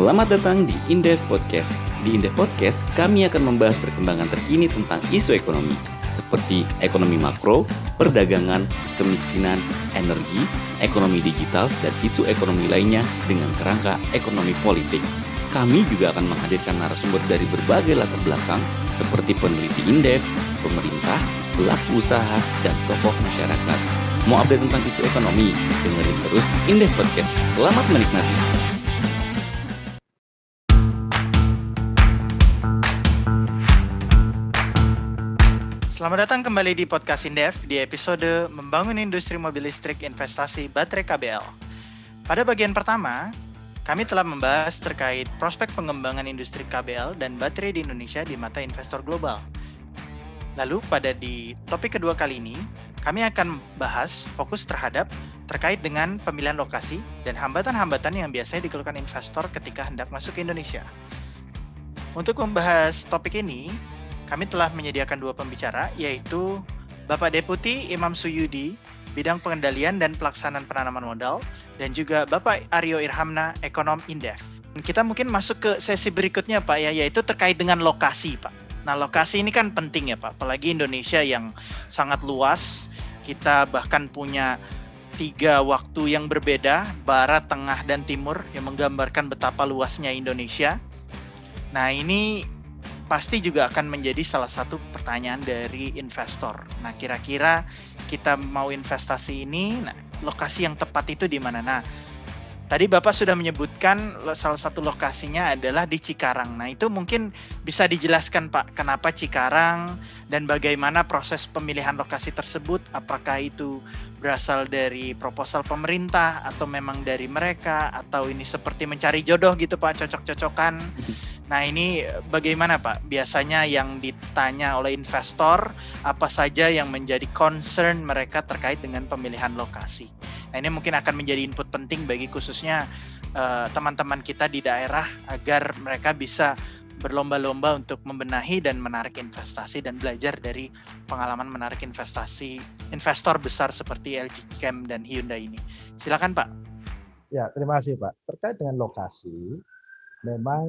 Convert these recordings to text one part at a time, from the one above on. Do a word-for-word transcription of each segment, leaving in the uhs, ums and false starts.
Selamat datang di Indef Podcast. Di Indef Podcast, kami akan membahas perkembangan terkini tentang isu ekonomi, seperti ekonomi makro, perdagangan, kemiskinan, energi, ekonomi digital, dan isu ekonomi lainnya dengan kerangka ekonomi politik. Kami juga akan menghadirkan narasumber dari berbagai latar belakang, seperti peneliti Indef, pemerintah, pelaku usaha, dan tokoh masyarakat. Mau update tentang isu ekonomi? Dengerin terus Indef Podcast. Selamat menikmati. Selamat datang kembali di Podcast Indef di episode Membangun Industri Mobil Listrik Investasi Baterai K B L. Pada bagian pertama, kami telah membahas terkait prospek pengembangan industri K B L dan baterai di Indonesia di mata investor global. Lalu pada di topik kedua kali ini, kami akan bahas fokus terhadap terkait dengan pemilihan lokasi dan hambatan-hambatan yang biasanya dikeluhkan investor ketika hendak masuk ke Indonesia. Untuk membahas topik ini, kami telah menyediakan dua pembicara, yaitu Bapak Deputi Imam Suyudi, Bidang Pengendalian dan Pelaksanaan Penanaman Modal, dan juga Bapak Aryo Irhamna, Ekonom Indef. Kita mungkin masuk ke sesi berikutnya, Pak, ya, yaitu terkait dengan lokasi, Pak. Nah, lokasi ini kan penting ya, Pak, apalagi Indonesia yang sangat luas. Kita bahkan punya tiga waktu yang berbeda, Barat, Tengah, dan Timur, yang menggambarkan betapa luasnya Indonesia. Nah, ini pasti juga akan menjadi salah satu pertanyaan dari investor. Nah, kira-kira kita mau investasi ini, nah, lokasi yang tepat itu di mana? Nah, tadi Bapak sudah menyebutkan salah satu lokasinya adalah di Cikarang. Nah, itu mungkin bisa dijelaskan, Pak, kenapa Cikarang dan bagaimana proses pemilihan lokasi tersebut? Apakah itu berasal dari proposal pemerintah atau memang dari mereka, atau ini seperti mencari jodoh gitu, Pak, cocok-cocokan? Nah, ini bagaimana, Pak? Biasanya yang ditanya oleh investor, apa saja yang menjadi concern mereka terkait dengan pemilihan lokasi. Nah, ini mungkin akan menjadi input penting bagi khususnya uh, teman-teman kita di daerah agar mereka bisa berlomba-lomba untuk membenahi dan menarik investasi dan belajar dari pengalaman menarik investasi investor besar seperti L G Chem dan Hyundai ini. Silakan, Pak. Ya, terima kasih, Pak. Terkait dengan lokasi, memang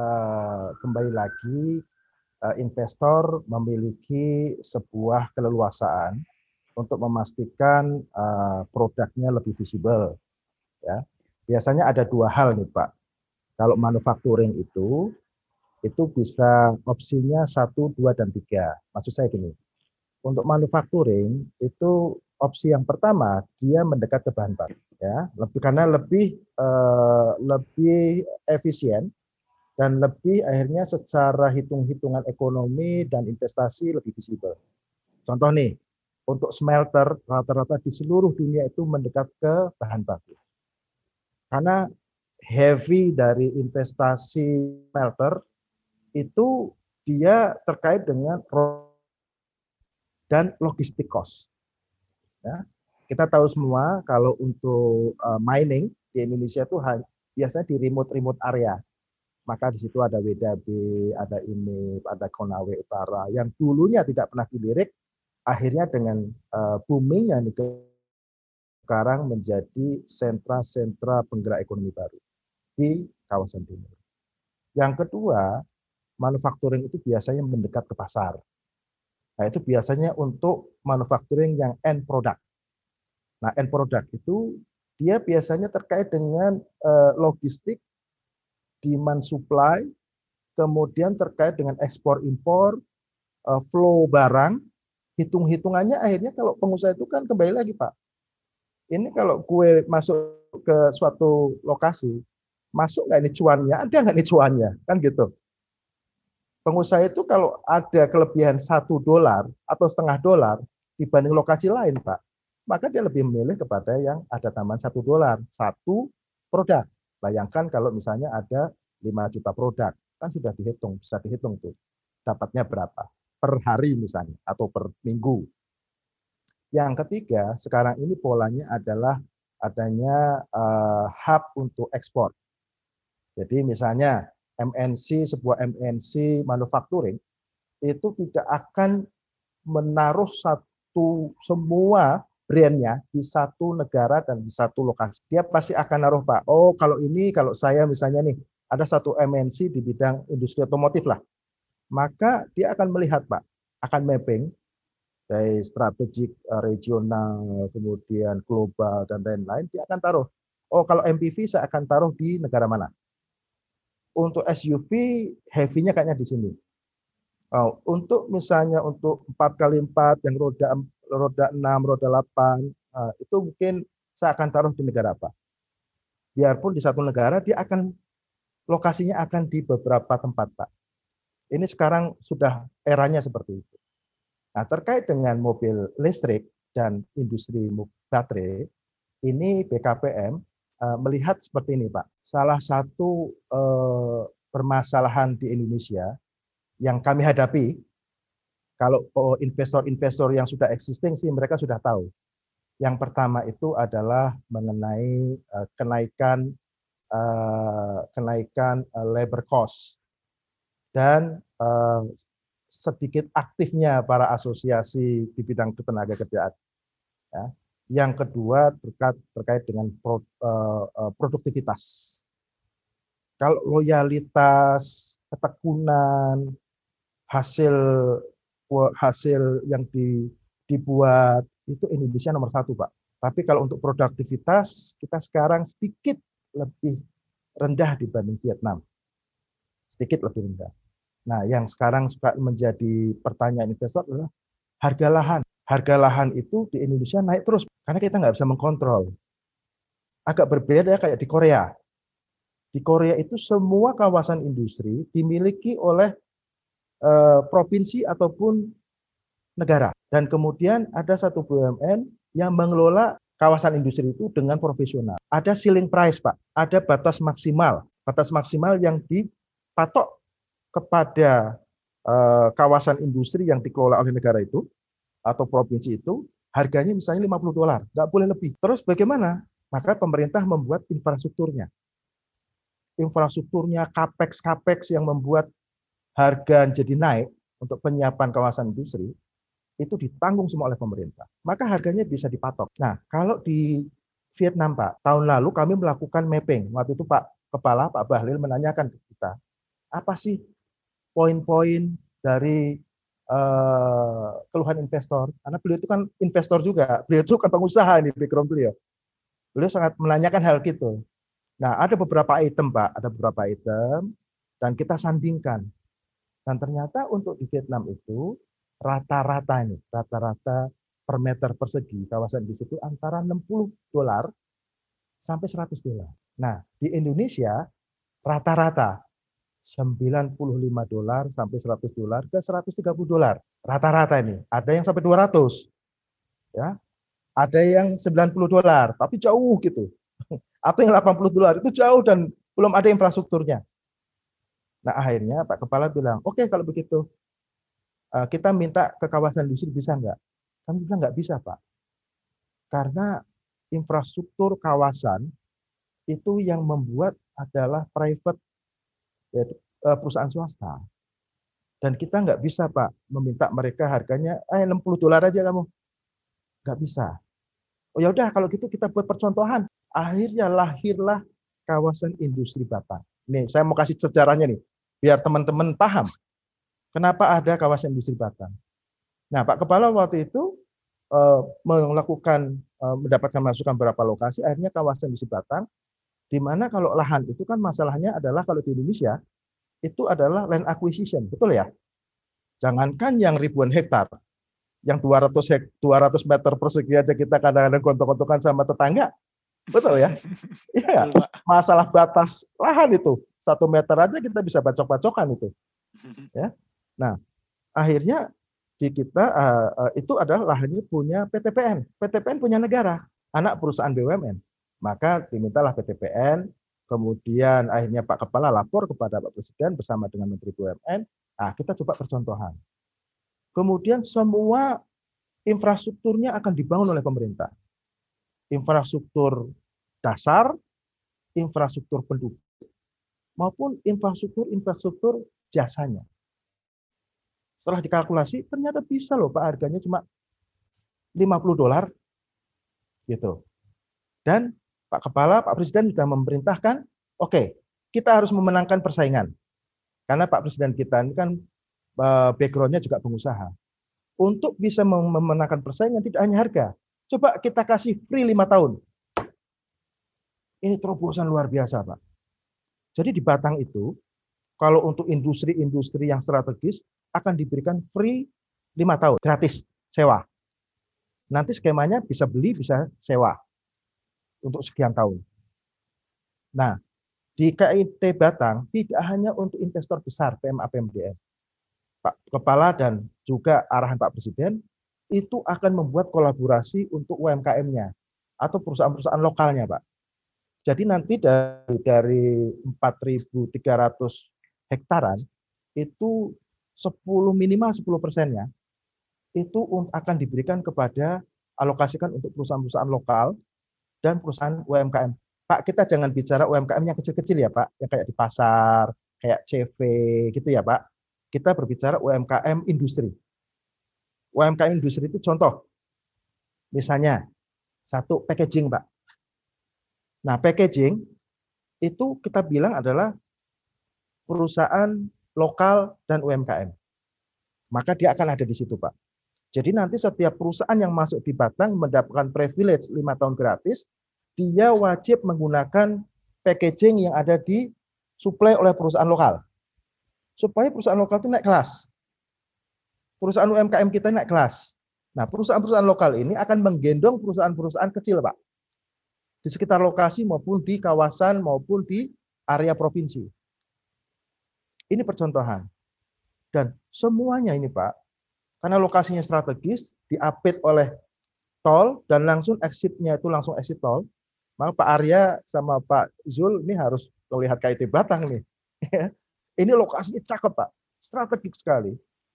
uh, kembali lagi uh, investor memiliki sebuah keleluasaan untuk memastikan uh, produknya lebih visible. Ya, biasanya ada dua hal nih, Pak. Kalau manufacturing itu, itu bisa opsinya satu, dua, dan tiga. Maksud saya gini, untuk manufacturing itu opsi yang pertama dia mendekat ke bahan baku, ya, lebih karena lebih uh, lebih efisien dan lebih akhirnya secara hitung-hitungan ekonomi dan investasi lebih visible. Contoh nih, untuk smelter rata-rata di seluruh dunia itu mendekat ke bahan baku. Karena heavy dari investasi smelter itu dia terkait dengan dan logistik cost. Ya, kita tahu semua kalau untuk uh, mining di Indonesia itu biasanya di remote-remote area. Maka di situ ada W D B, ada ini, ada Konawe Utara yang dulunya tidak pernah dilirik, akhirnya dengan uh, boomingnya nih sekarang menjadi sentra-sentra penggerak ekonomi baru di kawasan timur. Yang kedua, manufacturing itu biasanya mendekat ke pasar. Nah, itu biasanya untuk manufacturing yang end product. Nah, end product itu dia biasanya terkait dengan uh, logistik, demand supply, kemudian terkait dengan ekspor impor, uh, flow barang, hitung-hitungannya akhirnya kalau pengusaha itu kan kembali lagi, Pak. Ini kalau gue masuk ke suatu lokasi, masuk nggak ini cuannya, ada nggak ini cuannya, kan gitu. Pengusaha itu kalau ada kelebihan satu dolar atau setengah dolar dibanding lokasi lain, Pak, maka dia lebih memilih kepada yang ada tambahan satu dolar, satu produk. Bayangkan kalau misalnya ada lima juta produk, kan sudah dihitung, bisa dihitung tuh, dapatnya berapa per hari misalnya, atau per minggu. Yang ketiga, sekarang ini polanya adalah adanya uh, hub untuk ekspor. Jadi misalnya M N C, sebuah M N C manufacturing, itu tidak akan menaruh satu semua brandnya di satu negara dan di satu lokasi. Dia pasti akan naruh, Pak, oh kalau ini, kalau saya misalnya nih, ada satu M N C di bidang industri otomotif lah. Maka dia akan melihat, Pak, akan mapping dari strategik uh, regional, kemudian global dan lain-lain, dia akan taruh. Oh, kalau M P V saya akan taruh di negara mana? Untuk S U V heavy-nya kayaknya di sini. Oh, untuk misalnya untuk empat kali empat yang roda roda enam, roda delapan, uh, itu mungkin saya akan taruh di negara apa. Biarpun di satu negara dia akan lokasinya akan di beberapa tempat, Pak. Ini sekarang sudah eranya seperti itu. Nah, terkait dengan mobil listrik dan industri baterai, ini B K P M uh, melihat seperti ini, Pak. Salah satu uh, permasalahan di Indonesia yang kami hadapi, kalau investor-investor yang sudah existing sih mereka sudah tahu. Yang pertama itu adalah mengenai uh, kenaikan uh, kenaikan uh, labor cost dan uh, sedikit aktifnya para asosiasi di bidang ketenaga kerjaan. Ya. Yang kedua terkait terkait dengan pro, uh, uh, produktivitas. Kalau loyalitas, ketekunan, hasil hasil yang di, dibuat itu Indonesia nomor satu, Pak. Tapi kalau untuk produktivitas kita sekarang sedikit lebih rendah dibanding Vietnam, sedikit lebih rendah. Nah, yang sekarang suka menjadi pertanyaan investor adalah harga lahan. Harga lahan itu di Indonesia naik terus karena kita nggak bisa mengkontrol. Agak berbeda kayak di Korea. Di Korea itu semua kawasan industri dimiliki oleh eh, provinsi ataupun negara. Dan kemudian ada satu B U M N yang mengelola kawasan industri itu dengan profesional. Ada ceiling price, Pak. Ada batas maksimal. Batas maksimal yang dipatok kepada eh, kawasan industri yang dikelola oleh negara itu atau provinsi itu, harganya misalnya lima puluh dolar, nggak boleh lebih. Terus bagaimana? Maka pemerintah membuat infrastrukturnya. Infrastrukturnya, capex-capex yang membuat harga jadi naik untuk penyiapan kawasan industri, itu ditanggung semua oleh pemerintah. Maka harganya bisa dipatok. Nah, kalau di Vietnam, Pak, tahun lalu kami melakukan mapping. Waktu itu Pak Kepala, Pak Bahlil menanyakan ke kita, apa sih poin-poin dari uh, keluhan investor? Karena beliau itu kan investor juga, beliau itu kan pengusaha ini, background beliau. Beliau sangat menanyakan hal gitu. Nah, ada beberapa item, Pak, ada beberapa item, dan kita sandingkan. Dan ternyata untuk di Vietnam itu, rata-rata ini, rata-rata per meter persegi kawasan di situ antara enam puluh dolar sampai seratus dolar. Nah, di Indonesia, rata-rata sembilan puluh lima dolar sampai seratus dolar ke seratus tiga puluh dolar. Rata-rata ini. Ada yang sampai dua ratus. Ya. Ada yang sembilan puluh dolar, tapi jauh gitu. Atau yang delapan puluh dolar itu jauh dan belum ada infrastrukturnya. Nah, akhirnya Pak Kepala bilang, oke okay, kalau begitu kita minta ke kawasan industri bisa enggak? Kami bilang enggak bisa, Pak. Karena infrastruktur kawasan itu yang membuat adalah private, yaitu perusahaan swasta. Dan kita enggak bisa, Pak, meminta mereka harganya eh enam puluh dolar aja kamu. Enggak bisa. Oh ya udah kalau gitu kita buat percontohan. Akhirnya lahirlah kawasan industri Batang. Nih, saya mau kasih sejarahnya nih, biar teman-teman paham. Kenapa ada kawasan industri Batang? Nah, Pak Kepala waktu itu uh, melakukan uh, mendapatkan masukan beberapa lokasi, akhirnya kawasan industri Batang, di mana kalau lahan itu kan masalahnya adalah kalau di Indonesia itu adalah land acquisition, betul ya? Jangankan yang ribuan hektar, yang dua ratus meter persegi aja kita kadang-kadang gontok-gontokan sama tetangga, betul ya? Iya, masalah batas lahan itu satu meter aja kita bisa bacok-bacokan itu, ya. Nah, akhirnya di kita uh, uh, itu adalah lahannya punya P T P N, P T P N punya negara, anak perusahaan B U M N. Maka dimintalah P T P N, kemudian akhirnya Pak Kepala lapor kepada Pak Presiden bersama dengan Menteri B U M N. Nah, kita coba percontohan. Kemudian semua infrastrukturnya akan dibangun oleh pemerintah. Infrastruktur dasar, infrastruktur penduduk, maupun infrastruktur-infrastruktur jasanya. Setelah dikalkulasi, ternyata bisa loh Pak, harganya cuma lima puluh dolar. Gitu. Dan Pak Kepala, Pak Presiden sudah memerintahkan, oke, okay, kita harus memenangkan persaingan. Karena Pak Presiden kita ini kan uh, background-nya juga pengusaha. Untuk bisa memenangkan persaingan tidak hanya harga. Coba kita kasih free lima tahun. Ini terobosan luar biasa, Pak. Jadi di Batang itu, kalau untuk industri-industri yang strategis, akan diberikan free lima tahun, gratis, sewa. Nanti skemanya bisa beli, bisa sewa. Untuk sekian tahun. Nah, di K I T Batang tidak hanya untuk investor besar P M A P M D N. Pak Kepala dan juga arahan Pak Presiden itu akan membuat kolaborasi untuk U M K M-nya atau perusahaan-perusahaan lokalnya, Pak. Jadi nanti dari, dari empat ribu tiga ratus hektaran itu sepuluh minimal sepuluh persennya itu akan diberikan kepada alokasikan untuk perusahaan-perusahaan lokal dan perusahaan U M K M. Pak, kita jangan bicara U M K M yang kecil-kecil ya, Pak, yang kayak di pasar, kayak C V gitu ya, Pak. Kita berbicara U M K M industri. U M K M industri itu contoh. Misalnya, satu packaging, Pak. Nah, packaging itu kita bilang adalah perusahaan lokal dan U M K M. Maka dia akan ada di situ, Pak. Jadi nanti setiap perusahaan yang masuk di Batang mendapatkan privilege lima tahun gratis, dia wajib menggunakan packaging yang ada di suplai oleh perusahaan lokal. Supaya perusahaan lokal itu naik kelas. Perusahaan U M K M kita naik kelas. Nah, perusahaan-perusahaan lokal ini akan menggendong perusahaan-perusahaan kecil, Pak. Di sekitar lokasi maupun di kawasan maupun di area provinsi. Ini percontohan. Dan semuanya ini, Pak, karena lokasinya strategis, diapit oleh tol dan langsung exit-nya itu langsung exit tol. Maka Pak Arya sama Pak Zul ini harus melihat K I T Batang nih. Ini lokasinya cakep, Pak. Strategis sekali.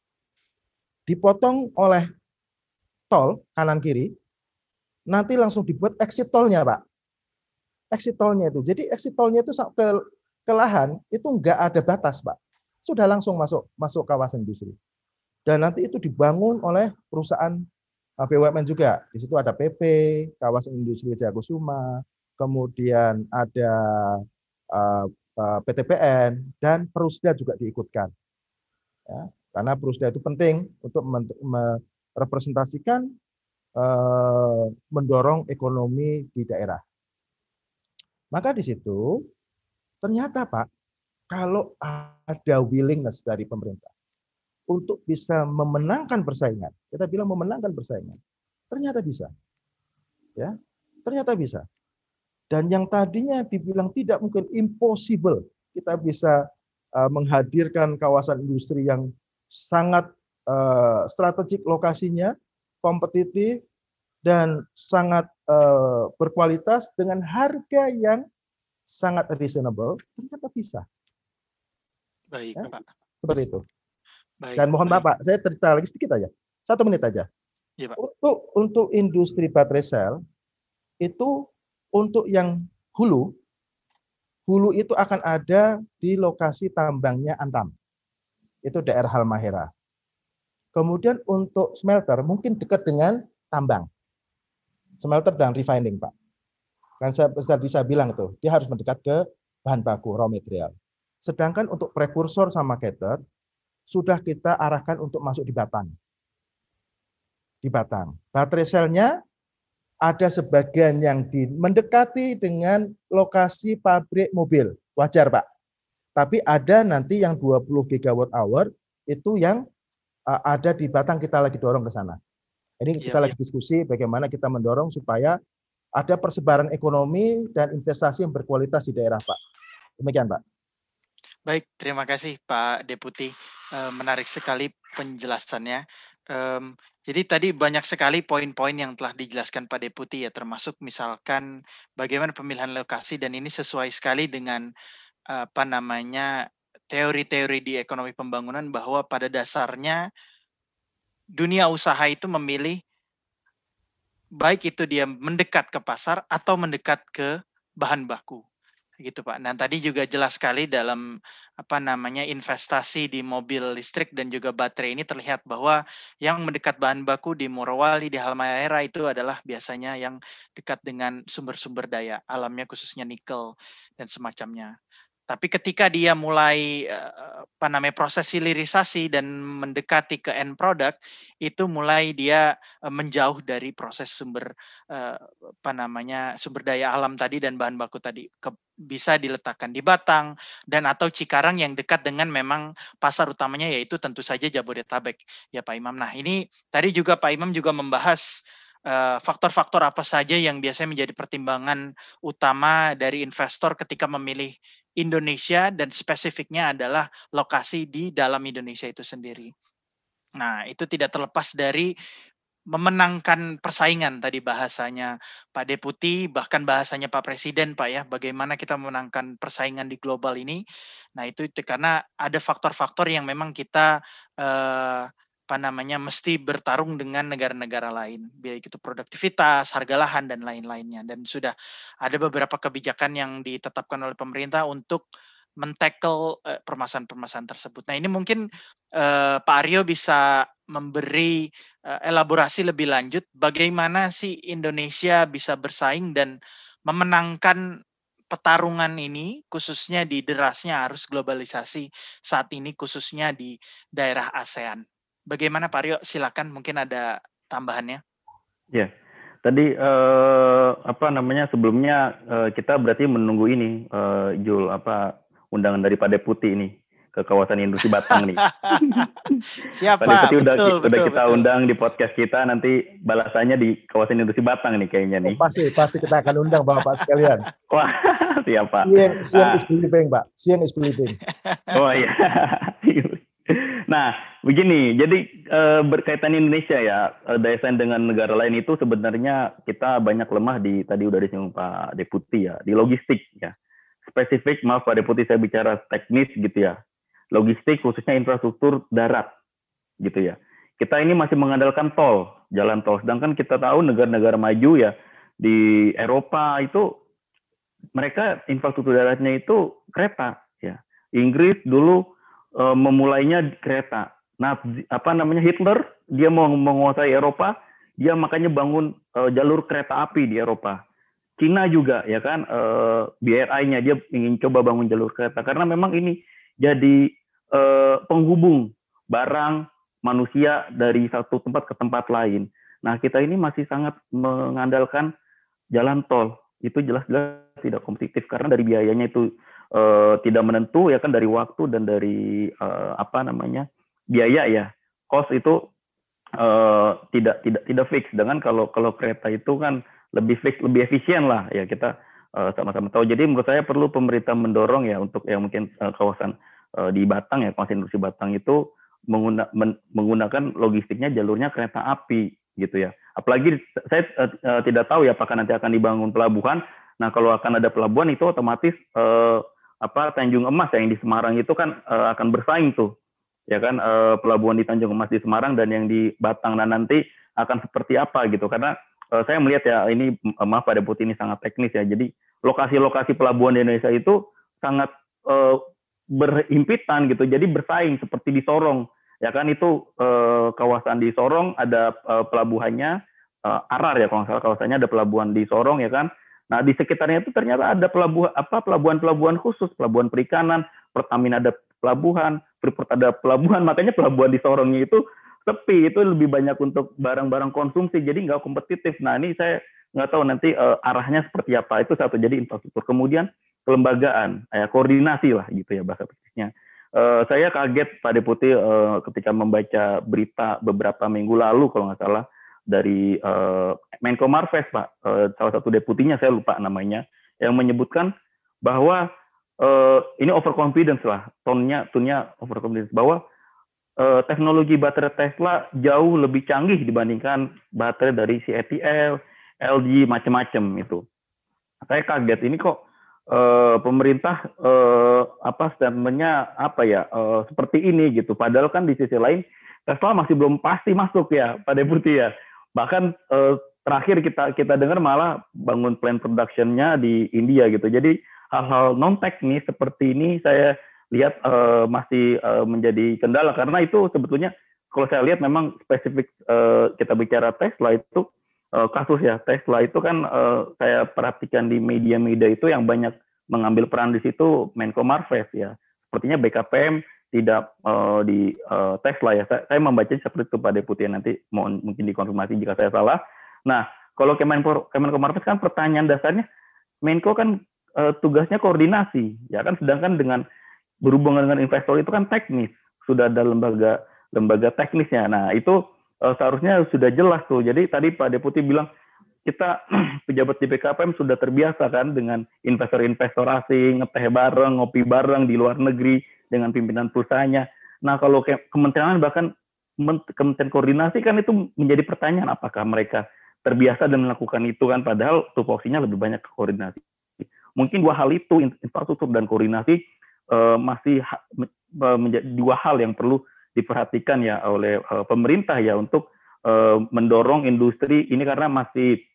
Dipotong oleh tol kanan kiri, nanti langsung dibuat exit tolnya, Pak. Exit tolnya itu. Jadi exit tolnya itu ke, ke lahan itu enggak ada batas, Pak. Sudah langsung masuk masuk kawasan industri. Dan nanti itu dibangun oleh perusahaan B U M N juga. Di situ ada P P, kawasan industri Jayakusuma, kemudian ada uh, uh, P T P N dan Perusda juga diikutkan. Ya, karena Perusda itu penting untuk merepresentasikan uh, mendorong ekonomi di daerah. Maka di situ ternyata, Pak, kalau ada willingness dari pemerintah untuk bisa memenangkan persaingan, kita bilang memenangkan persaingan, ternyata bisa. Ya, ternyata bisa. Dan yang tadinya dibilang tidak mungkin, impossible, kita bisa uh, menghadirkan kawasan industri yang sangat uh, strategik lokasinya, kompetitif, dan sangat uh, berkualitas dengan harga yang sangat reasonable, ternyata bisa. Baik, ya, Pak. Seperti itu. Baik, Dan mohon maaf, Pak, saya cerita lagi sedikit aja. Satu menit aja. Ya, Pak. Untuk untuk industri baterai sel, itu untuk yang hulu, hulu itu akan ada di lokasi tambangnya Antam. Itu daerah Halmahera. Kemudian untuk smelter, mungkin dekat dengan tambang. Smelter dan refining, Pak. Kan saya tadi saya bilang itu, dia harus mendekat ke bahan baku, raw material. Sedangkan untuk prekursor sama cater, sudah kita arahkan untuk masuk di Batang. Di Batang. Baterai selnya ada sebagian yang di, mendekati dengan lokasi pabrik mobil. Wajar, Pak. Tapi ada nanti yang dua puluh gigawatt hour, itu yang uh, ada di Batang, kita lagi dorong ke sana. Ini kita ya, lagi ya. diskusi bagaimana kita mendorong supaya ada persebaran ekonomi dan investasi yang berkualitas di daerah, Pak. Demikian, Pak. Baik, terima kasih Pak Deputi. Menarik sekali penjelasannya. Jadi tadi banyak sekali poin-poin yang telah dijelaskan Pak Deputi ya, termasuk misalkan bagaimana pemilihan lokasi, dan ini sesuai sekali dengan apa namanya teori-teori di ekonomi pembangunan bahwa pada dasarnya dunia usaha itu memilih baik itu dia mendekat ke pasar atau mendekat ke bahan baku. Gitu, Pak. Nah, tadi juga jelas sekali dalam apa namanya investasi di mobil listrik dan juga baterai ini terlihat bahwa yang mendekat bahan baku di Morowali, di Halmahera itu adalah biasanya yang dekat dengan sumber-sumber daya alamnya, khususnya nikel dan semacamnya. Tapi ketika dia mulai uh, apa namanya proses hilirisasi dan mendekati ke end product, itu mulai dia uh, menjauh dari proses sumber uh, apa namanya sumber daya alam tadi dan bahan baku tadi, ke, bisa diletakkan di Batang dan atau Cikarang yang dekat dengan memang pasar utamanya, yaitu tentu saja Jabodetabek ya Pak Imam. Nah ini tadi juga Pak Imam juga membahas uh, faktor-faktor apa saja yang biasanya menjadi pertimbangan utama dari investor ketika memilih Indonesia, dan spesifiknya adalah lokasi di dalam Indonesia itu sendiri. Nah, itu tidak terlepas dari memenangkan persaingan tadi bahasanya Pak Deputi, bahkan bahasanya Pak Presiden, Pak ya, bagaimana kita memenangkan persaingan di global ini. Nah, itu, itu karena ada faktor-faktor yang memang kita eh, apa namanya mesti bertarung dengan negara-negara lain, baik itu produktivitas, harga lahan dan lain-lainnya. Dan sudah ada beberapa kebijakan yang ditetapkan oleh pemerintah untuk men-tackle eh, permasalahan-permasalahan tersebut. Nah, ini mungkin eh, Pak Aryo bisa memberi eh, elaborasi lebih lanjut bagaimana sih Indonesia bisa bersaing dan memenangkan pertarungan ini, khususnya di derasnya arus globalisasi saat ini, khususnya di daerah ASEAN. Bagaimana Pak Aryo? Silakan, mungkin ada tambahannya. Ya, tadi eh, apa namanya sebelumnya eh, kita berarti menunggu ini, eh, Jul, apa undangan dari Pak Deputi ini ke kawasan industri Batang nih. Siapa? Pak Deputi udah, betul, udah betul, kita betul. undang di podcast kita, nanti balasannya di kawasan industri Batang nih kayaknya nih. Oh, pasti, pasti kita akan undang Bapak sekalian. Wah, siap Pak. Siang, siang Nah, is believing, Pak. Siang is believing. oh iya. Nah, begini, jadi eh, berkaitan Indonesia ya, eh, daya saing dengan negara lain itu sebenarnya kita banyak lemah di, tadi udah disinggung Pak Deputi ya, di logistik ya. Spesifik, maaf Pak Deputi, saya bicara teknis gitu ya. Logistik khususnya infrastruktur darat gitu ya. Kita ini masih mengandalkan tol, jalan tol. Sedangkan kita tahu negara-negara maju ya, di Eropa itu mereka infrastruktur daratnya itu kereta ya. Inggris dulu e, memulainya kereta. Nah, apa namanya Hitler dia mau menguasai Eropa, dia makanya bangun e, jalur kereta api di Eropa. Cina juga ya kan e, B R I-nya dia ingin coba bangun jalur kereta karena memang ini jadi e, penghubung barang manusia dari satu tempat ke tempat lain. Nah, kita ini masih sangat mengandalkan jalan tol. Itu jelas-jelas tidak kompetitif karena dari biayanya itu uh, tidak menentu ya kan, dari waktu dan dari uh, apa namanya biaya ya, cost itu uh, tidak tidak tidak fix. Dengan kalau kalau kereta itu kan lebih fix, lebih efisien lah ya, kita uh, sama-sama tahu. Jadi menurut saya perlu pemerintah mendorong ya untuk yang mungkin uh, kawasan uh, di Batang ya, kawasan industri Batang itu mengguna, men, menggunakan logistiknya jalurnya kereta api gitu ya. Apalagi saya uh, tidak tahu ya apakah nanti akan dibangun pelabuhan. Nah, kalau akan ada pelabuhan itu otomatis uh, apa Tanjung Emas yang di Semarang itu kan uh, akan bersaing tuh. Ya kan uh, pelabuhan di Tanjung Emas di Semarang dan yang di Batang, nah nanti akan seperti apa gitu. Karena uh, saya melihat ya ini uh, maaf Pak Deputi ini sangat teknis ya. Jadi lokasi-lokasi pelabuhan di Indonesia itu sangat uh, berhimpitan gitu. Jadi bersaing seperti di Sorong. Ya kan itu eh, kawasan di Sorong ada eh, pelabuhannya eh, Arar ya kalau nggak salah kawasannya, ada pelabuhan di Sorong ya kan. Nah di sekitarnya itu ternyata ada pelabuhan apa pelabuhan-pelabuhan khusus, pelabuhan perikanan, Pertamina ada pelabuhan, Freeport ada pelabuhan, makanya pelabuhan di Sorongnya itu sepi, itu lebih banyak untuk barang-barang konsumsi, jadi nggak kompetitif. Nah ini saya nggak tahu nanti eh, arahnya seperti apa, itu satu, jadi infrastruktur. Kemudian kelembagaan, ya, koordinasi lah gitu ya bahasa persisnya. Uh, saya kaget Pak Deputi uh, ketika membaca berita beberapa minggu lalu kalau nggak salah dari uh, Menko Marves Pak, uh, salah satu deputinya saya lupa namanya, yang menyebutkan bahwa uh, ini overconfidence lah, tonnya tonnya overconfidence bahwa uh, teknologi baterai Tesla jauh lebih canggih dibandingkan baterai dari C A T L, L G macam-macam itu. Saya kaget ini kok. Uh, pemerintah uh, apa statementnya apa ya uh, seperti ini gitu, padahal kan di sisi lain Tesla masih belum pasti masuk ya Pak Deputi ya, bahkan uh, terakhir kita kita dengar malah bangun plant productionnya di India gitu. Jadi hal-hal non teknis seperti ini saya lihat uh, masih uh, menjadi kendala, karena itu sebetulnya kalau saya lihat memang spesifik uh, kita bicara Tesla itu Uh, kasus ya Tesla itu kan uh, saya perhatikan di media-media itu yang banyak mengambil peran di situ Menko Marves ya. Sepertinya B K P M tidak uh, di uh, Tesla ya. Saya, saya membaca seperti itu Pak Deputi, nanti mohon mungkin dikonfirmasi jika saya salah. Nah, kalau Kemenko Kemenko Marves kan pertanyaan dasarnya Menko kan uh, tugasnya koordinasi ya kan, sedangkan dengan berhubungan dengan investor itu kan teknis, sudah ada lembaga lembaga teknisnya. Nah, itu uh, seharusnya sudah jelas tuh. Jadi tadi Pak Deputi bilang kita pejabat di B K P M sudah terbiasa kan dengan investor-investor asing, ngeteh bareng, ngopi bareng di luar negeri dengan pimpinan perusahaannya. Nah, kalau ke kementerian bahkan kementerian koordinasi kan itu menjadi pertanyaan, apakah mereka terbiasa dan melakukan itu kan, padahal tupoksinya lebih banyak ke koordinasi. Mungkin dua hal itu, infrastruktur dan koordinasi, Uh, masih uh, menjadi dua hal yang perlu diperhatikan ya oleh uh, pemerintah ya untuk uh, mendorong industri ini, karena masih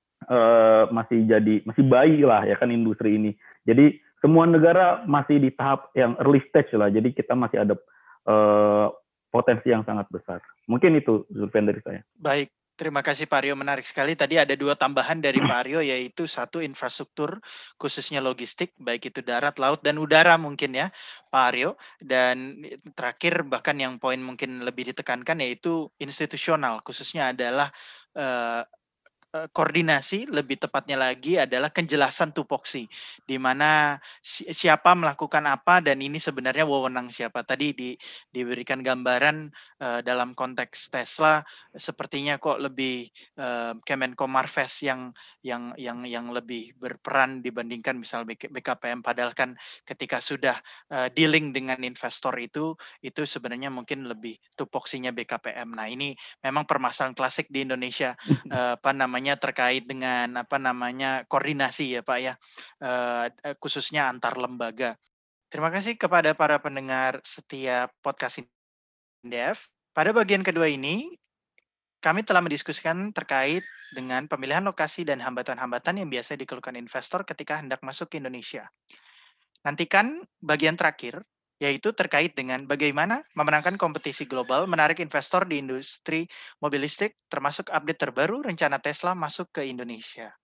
uh, masih jadi masih bayi lah ya kan industri ini. Jadi semua negara masih di tahap yang early stage lah. Jadi kita masih ada uh, potensi yang sangat besar. Mungkin itu Zulfian dari saya. Baik. Terima kasih Pak Aryo, menarik sekali. Tadi ada dua tambahan dari Pak Aryo, yaitu satu infrastruktur khususnya logistik, baik itu darat, laut, dan udara mungkin ya Pak Aryo. Dan terakhir bahkan yang poin mungkin lebih ditekankan yaitu institusional, khususnya adalah uh, koordinasi, lebih tepatnya lagi adalah kejelasan tupoksi, di mana si, siapa melakukan apa dan ini sebenarnya wewenang siapa. Tadi di, diberikan gambaran uh, dalam konteks Tesla, sepertinya kok lebih uh, Kemenko Marves yang yang yang yang lebih berperan dibandingkan misal B K P M. Padahal kan ketika sudah uh, dealing dengan investor itu, itu sebenarnya mungkin lebih tupoksinya B K P M. Nah, ini memang permasalahan klasik di Indonesia, uh, apa namanya terkait dengan apa namanya koordinasi ya Pak ya, uh, khususnya antar lembaga. Terima kasih kepada para pendengar setiap podcast Indef. Pada bagian kedua ini kami telah mendiskusikan terkait dengan pemilihan lokasi dan hambatan-hambatan yang biasa dikeluhkan investor ketika hendak masuk ke Indonesia. Nantikan bagian terakhir, yaitu terkait dengan bagaimana memenangkan kompetisi global, menarik investor di industri mobil listrik, termasuk update terbaru rencana Tesla masuk ke Indonesia.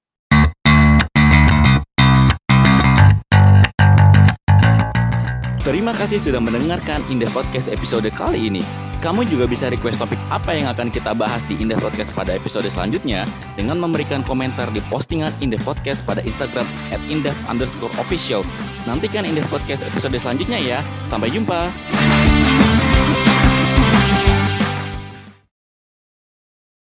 Terima kasih sudah mendengarkan Indef Podcast episode kali ini. Kamu juga bisa request topik apa yang akan kita bahas di Indef Podcast pada episode selanjutnya dengan memberikan komentar di postingan Indef Podcast pada Instagram at indef underscore official. Nantikan Indef Podcast episode selanjutnya ya. Sampai jumpa.